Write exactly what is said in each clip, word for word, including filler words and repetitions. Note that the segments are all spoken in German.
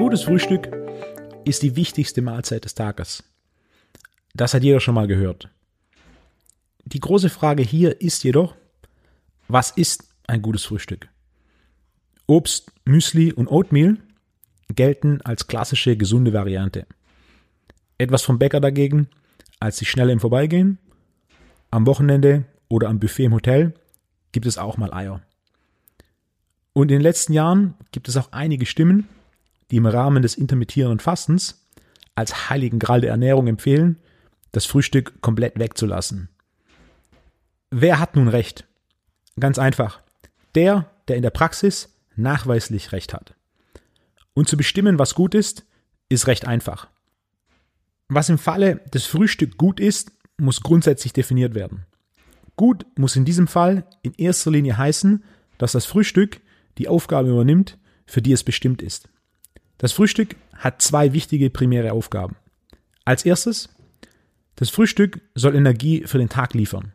gutes Frühstück ist die wichtigste Mahlzeit des Tages. Das hat jeder schon mal gehört. Die große Frage hier ist jedoch, was ist ein gutes Frühstück? Obst, Müsli und Oatmeal gelten als klassische gesunde Variante. Etwas vom Bäcker dagegen als die Schnelle im Vorbeigehen. Am Wochenende oder am Buffet im Hotel gibt es auch mal Eier. Und in den letzten Jahren gibt es auch einige Stimmen, die im Rahmen des intermittierenden Fastens als heiligen Gral der Ernährung empfehlen, das Frühstück komplett wegzulassen. Wer hat nun recht? Ganz einfach. Der, der in der Praxis nachweislich recht hat. Und zu bestimmen, was gut ist, ist recht einfach. Was im Falle des Frühstücks gut ist, muss grundsätzlich definiert werden. Gut muss in diesem Fall in erster Linie heißen, dass das Frühstück die Aufgabe übernimmt, für die es bestimmt ist. Das Frühstück hat zwei wichtige primäre Aufgaben. Als erstes, das Frühstück soll Energie für den Tag liefern.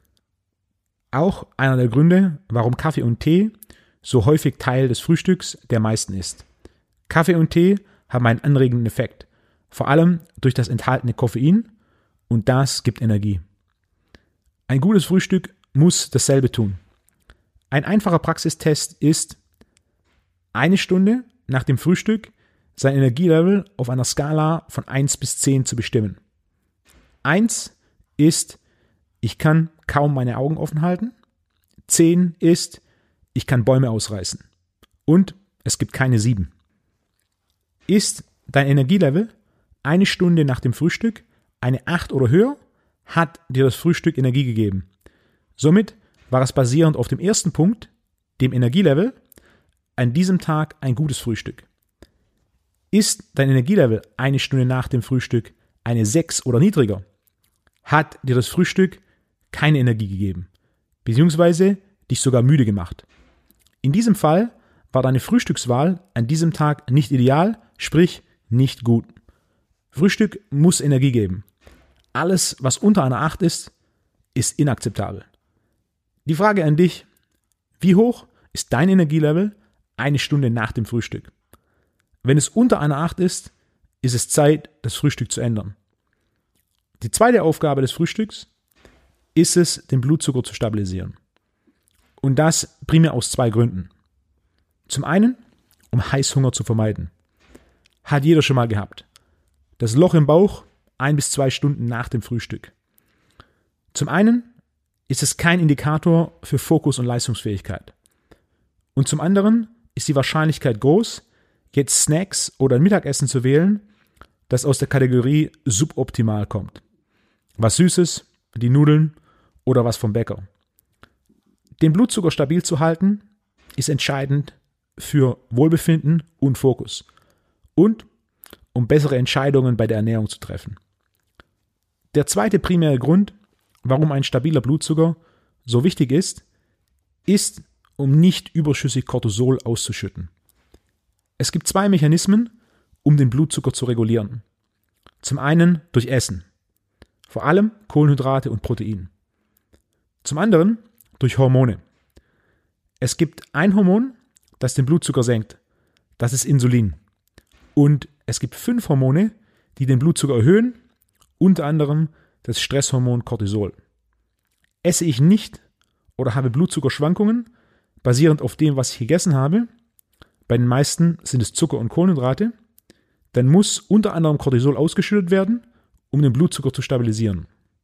Auch einer der Gründe, warum Kaffee und Tee so häufig Teil des Frühstücks der meisten ist. Kaffee und Tee haben einen anregenden Effekt, vor allem durch das enthaltene Koffein, und das gibt Energie. Ein gutes Frühstück muss dasselbe tun. Ein einfacher Praxistest ist, eine Stunde nach dem Frühstück sein Energielevel auf einer Skala von eins bis zehn zu bestimmen. eins ist, ich kann kaum meine Augen offen halten. zehn ist, ich kann Bäume ausreißen. Und es gibt keine sieben. Ist dein Energielevel eine Stunde nach dem Frühstück eine acht oder höher, hat dir das Frühstück Energie gegeben. Somit war es basierend auf dem ersten Punkt, dem Energielevel, an diesem Tag ein gutes Frühstück. Ist dein Energielevel eine Stunde nach dem Frühstück eine sechs oder niedriger, hat dir das Frühstück keine Energie gegeben, beziehungsweise dich sogar müde gemacht. In diesem Fall war deine Frühstückswahl an diesem Tag nicht ideal, sprich nicht gut. Frühstück muss Energie geben. Alles, was unter einer acht ist, ist inakzeptabel. Die Frage an dich, wie hoch ist dein Energielevel eine Stunde nach dem Frühstück? Wenn es unter einer acht ist, ist es Zeit, das Frühstück zu ändern. Die zweite Aufgabe des Frühstücks ist es, den Blutzucker zu stabilisieren. Und das primär aus zwei Gründen. Zum einen, um Heißhunger zu vermeiden. Hat jeder schon mal gehabt. Das Loch im Bauch ein bis zwei Stunden nach dem Frühstück. Zum einen ist es kein Indikator für Fokus und Leistungsfähigkeit. Und zum anderen ist die Wahrscheinlichkeit groß, jetzt Snacks oder ein Mittagessen zu wählen, das aus der Kategorie suboptimal kommt. Was Süßes, die Nudeln oder was vom Bäcker. Den Blutzucker stabil zu halten, ist entscheidend für Wohlbefinden und Fokus und um bessere Entscheidungen bei der Ernährung zu treffen. Der zweite primäre Grund, warum ein stabiler Blutzucker so wichtig ist, ist, um nicht überschüssig Cortisol auszuschütten. Es gibt zwei Mechanismen, um den Blutzucker zu regulieren. Zum einen durch Essen, vor allem Kohlenhydrate und Protein. Zum anderen durch Hormone. Es gibt ein Hormon, das den Blutzucker senkt. Das ist Insulin. Und es gibt fünf Hormone, die den Blutzucker erhöhen, unter anderem das Stresshormon Cortisol. Esse ich nicht oder habe Blutzuckerschwankungen, basierend auf dem, was ich gegessen habe, bei den meisten sind es Zucker und Kohlenhydrate, dann muss unter anderem Cortisol ausgeschüttet werden, um den Blutzucker zu stabilisieren.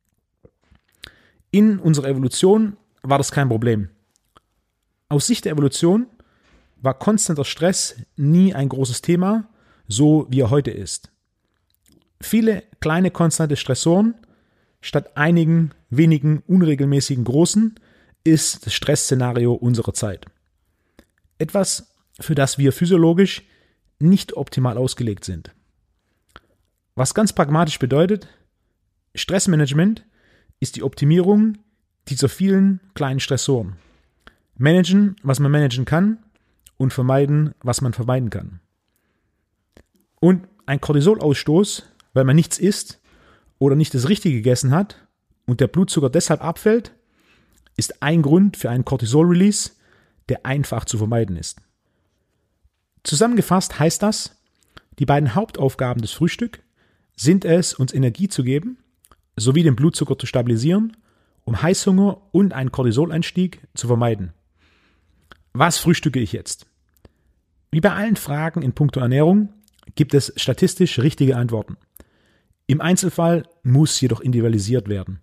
In unserer Evolution war das kein Problem. Aus Sicht der Evolution war konstanter Stress nie ein großes Thema, so wie er heute ist. Viele kleine konstante Stressoren statt einigen wenigen unregelmäßigen großen ist das Stressszenario unserer Zeit. Etwas, für das wir physiologisch nicht optimal ausgelegt sind. Was ganz pragmatisch bedeutet, Stressmanagement ist die Optimierung dieser vielen kleinen Stressoren. Managen, was man managen kann und vermeiden, was man vermeiden kann. Und ein Cortisolausstoß, weil man nichts isst oder nicht das Richtige gegessen hat und der Blutzucker deshalb abfällt, ist ein Grund für einen Cortisol-Release, der einfach zu vermeiden ist. Zusammengefasst heißt das, Die beiden Hauptaufgaben des Frühstücks sind es, uns Energie zu geben, sowie den Blutzucker zu stabilisieren, um Heißhunger und einen Cortisoleinstieg zu vermeiden. Was frühstücke ich jetzt? Wie bei allen Fragen in puncto Ernährung gibt es statistisch richtige Antworten. Im Einzelfall muss jedoch individualisiert werden.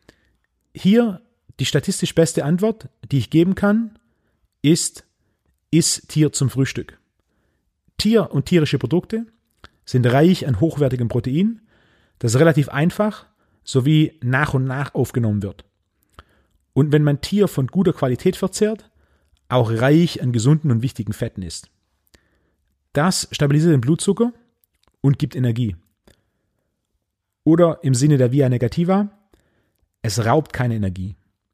Hier die statistisch beste Antwort, die ich geben kann, ist: Iss Tier zum Frühstück. Tier und tierische Produkte sind reich an hochwertigem Protein, das relativ einfach sowie nach und nach aufgenommen wird. Und wenn man Tier von guter Qualität verzehrt, auch reich an gesunden und wichtigen Fetten ist. Das stabilisiert den Blutzucker und gibt Energie. Oder im Sinne der Via Negativa: Es raubt keine Energie.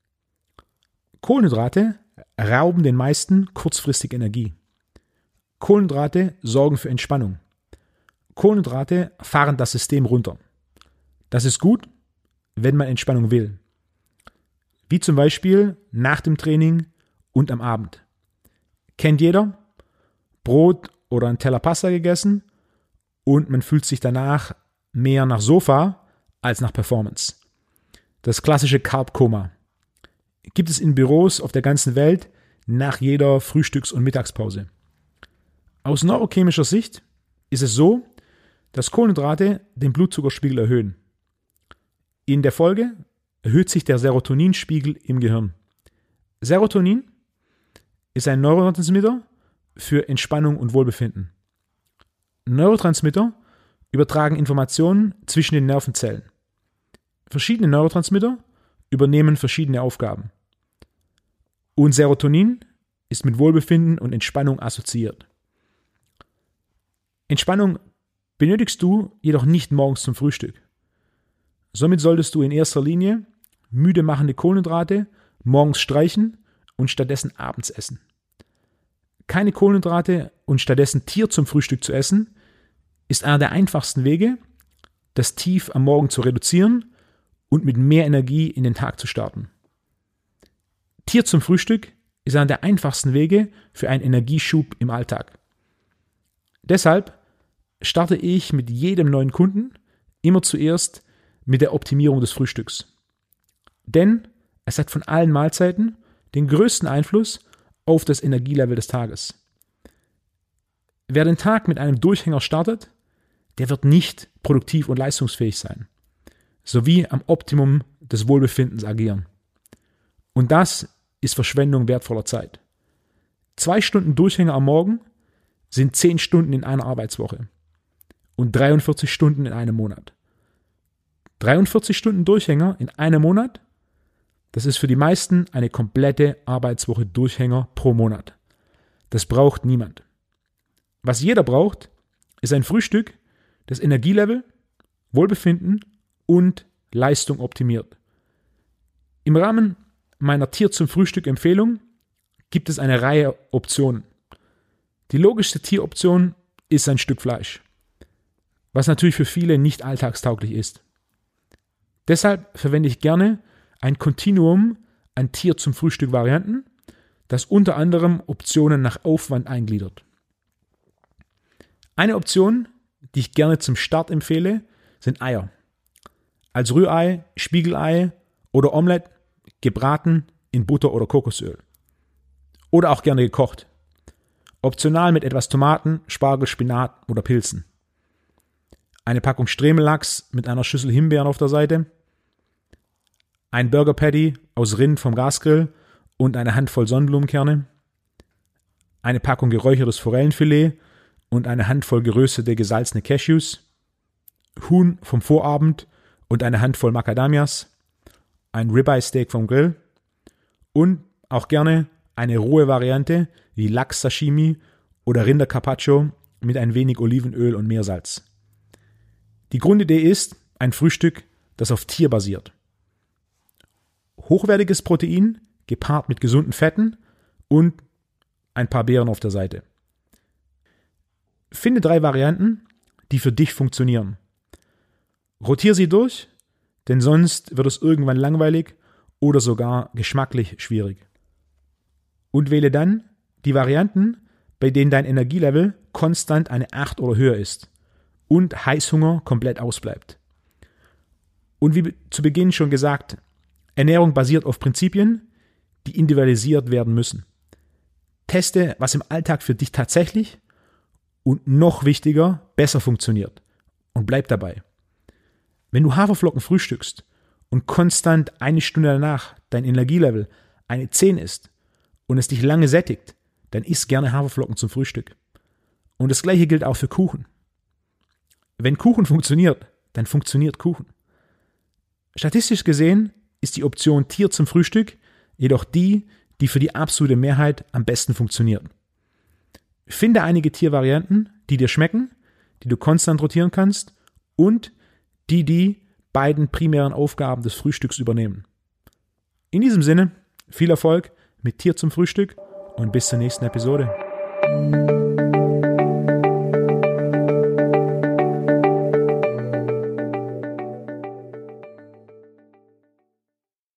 Kohlenhydrate rauben den meisten kurzfristig Energie. Kohlenhydrate sorgen für Entspannung. Kohlenhydrate fahren das System runter. Das ist gut, wenn man Entspannung will. Wie zum Beispiel nach dem Training und am Abend. Kennt jeder? Brot oder ein Teller Pasta gegessen und man fühlt sich danach mehr nach Sofa als nach Performance. Das klassische Carb-Koma gibt es in Büros auf der ganzen Welt nach jeder Frühstücks- und Mittagspause. Aus neurochemischer Sicht ist es so, dass Kohlenhydrate den Blutzuckerspiegel erhöhen. In der Folge erhöht sich der Serotoninspiegel im Gehirn. Serotonin ist ein Neurotransmitter für Entspannung und Wohlbefinden. Neurotransmitter übertragen Informationen zwischen den Nervenzellen. Verschiedene Neurotransmitter übernehmen verschiedene Aufgaben. Und Serotonin ist mit Wohlbefinden und Entspannung assoziiert. Entspannung benötigst du jedoch nicht morgens zum Frühstück. Somit solltest du in erster Linie müde machende Kohlenhydrate morgens streichen und stattdessen abends essen. Keine Kohlenhydrate und stattdessen Tier zum Frühstück zu essen, ist einer der einfachsten Wege, das Tief am Morgen zu reduzieren und mit mehr Energie in den Tag zu starten. Tier zum Frühstück ist einer der einfachsten Wege für einen Energieschub im Alltag. Deshalb starte ich mit jedem neuen Kunden immer zuerst mit der Optimierung des Frühstücks. Denn es hat von allen Mahlzeiten den größten Einfluss auf das Energielevel des Tages. Wer den Tag mit einem Durchhänger startet, der wird nicht produktiv und leistungsfähig sein, sowie am Optimum des Wohlbefindens agieren. Und das ist Verschwendung wertvoller Zeit. Zwei Stunden Durchhänger am Morgen sind zehn Stunden in einer Arbeitswoche und dreiundvierzig Stunden in einem Monat. dreiundvierzig Stunden Durchhänger in einem Monat, das ist für die meisten eine komplette Arbeitswoche Durchhänger pro Monat. Das braucht niemand. Was jeder braucht, ist ein Frühstück, das Energielevel, Wohlbefinden und Leistung optimiert. Im Rahmen meiner Tier zum Frühstück Empfehlung gibt es eine Reihe Optionen. Die logischste Tieroption ist ein Stück Fleisch, was natürlich für viele nicht alltagstauglich ist. Deshalb verwende ich gerne ein Kontinuum an Tier zum Frühstück Varianten, das unter anderem Optionen nach Aufwand eingliedert. Eine Option, die ich gerne zum Start empfehle, sind Eier. Als Rührei, Spiegelei oder Omelette, gebraten in Butter oder Kokosöl. Oder auch gerne gekocht. Optional mit etwas Tomaten, Spargel, Spinat oder Pilzen. Eine Packung Stremellachs mit einer Schüssel Himbeeren auf der Seite. Ein Burger Patty aus Rind vom Gasgrill und eine Handvoll Sonnenblumenkerne. Eine Packung geräuchertes Forellenfilet und eine Handvoll geröstete, gesalzene Cashews. Huhn vom Vorabend und eine Handvoll Macadamias. Ein Ribeye-Steak vom Grill und auch gerne eine rohe Variante wie Lachs-Sashimi oder Rinder-Carpaccio mit ein wenig Olivenöl und Meersalz. Die Grundidee ist ein Frühstück, das auf Tier basiert. Hochwertiges Protein gepaart mit gesunden Fetten und ein paar Beeren auf der Seite. Finde drei Varianten, die für dich funktionieren. Rotier sie durch, denn sonst wird es irgendwann langweilig oder sogar geschmacklich schwierig. Und wähle dann die Varianten, bei denen dein Energielevel konstant eine acht oder höher ist und Heißhunger komplett ausbleibt. Und wie zu Beginn schon gesagt, Ernährung basiert auf Prinzipien, die individualisiert werden müssen. Teste, was im Alltag für dich tatsächlich und noch wichtiger, besser funktioniert. Und bleib dabei. Wenn du Haferflocken frühstückst und konstant eine Stunde danach dein Energielevel eine zehn ist und es dich lange sättigt, dann isst gerne Haferflocken zum Frühstück. Und das gleiche gilt auch für Kuchen. Wenn Kuchen funktioniert, dann funktioniert Kuchen. Statistisch gesehen ist die Option Tier zum Frühstück jedoch die, die für die absolute Mehrheit am besten funktioniert. Finde einige Tiervarianten, die dir schmecken, die du konstant rotieren kannst und die die beiden primären Aufgaben des Frühstücks übernehmen. In diesem Sinne, viel Erfolg mit Tier zum Frühstück und bis zur nächsten Episode.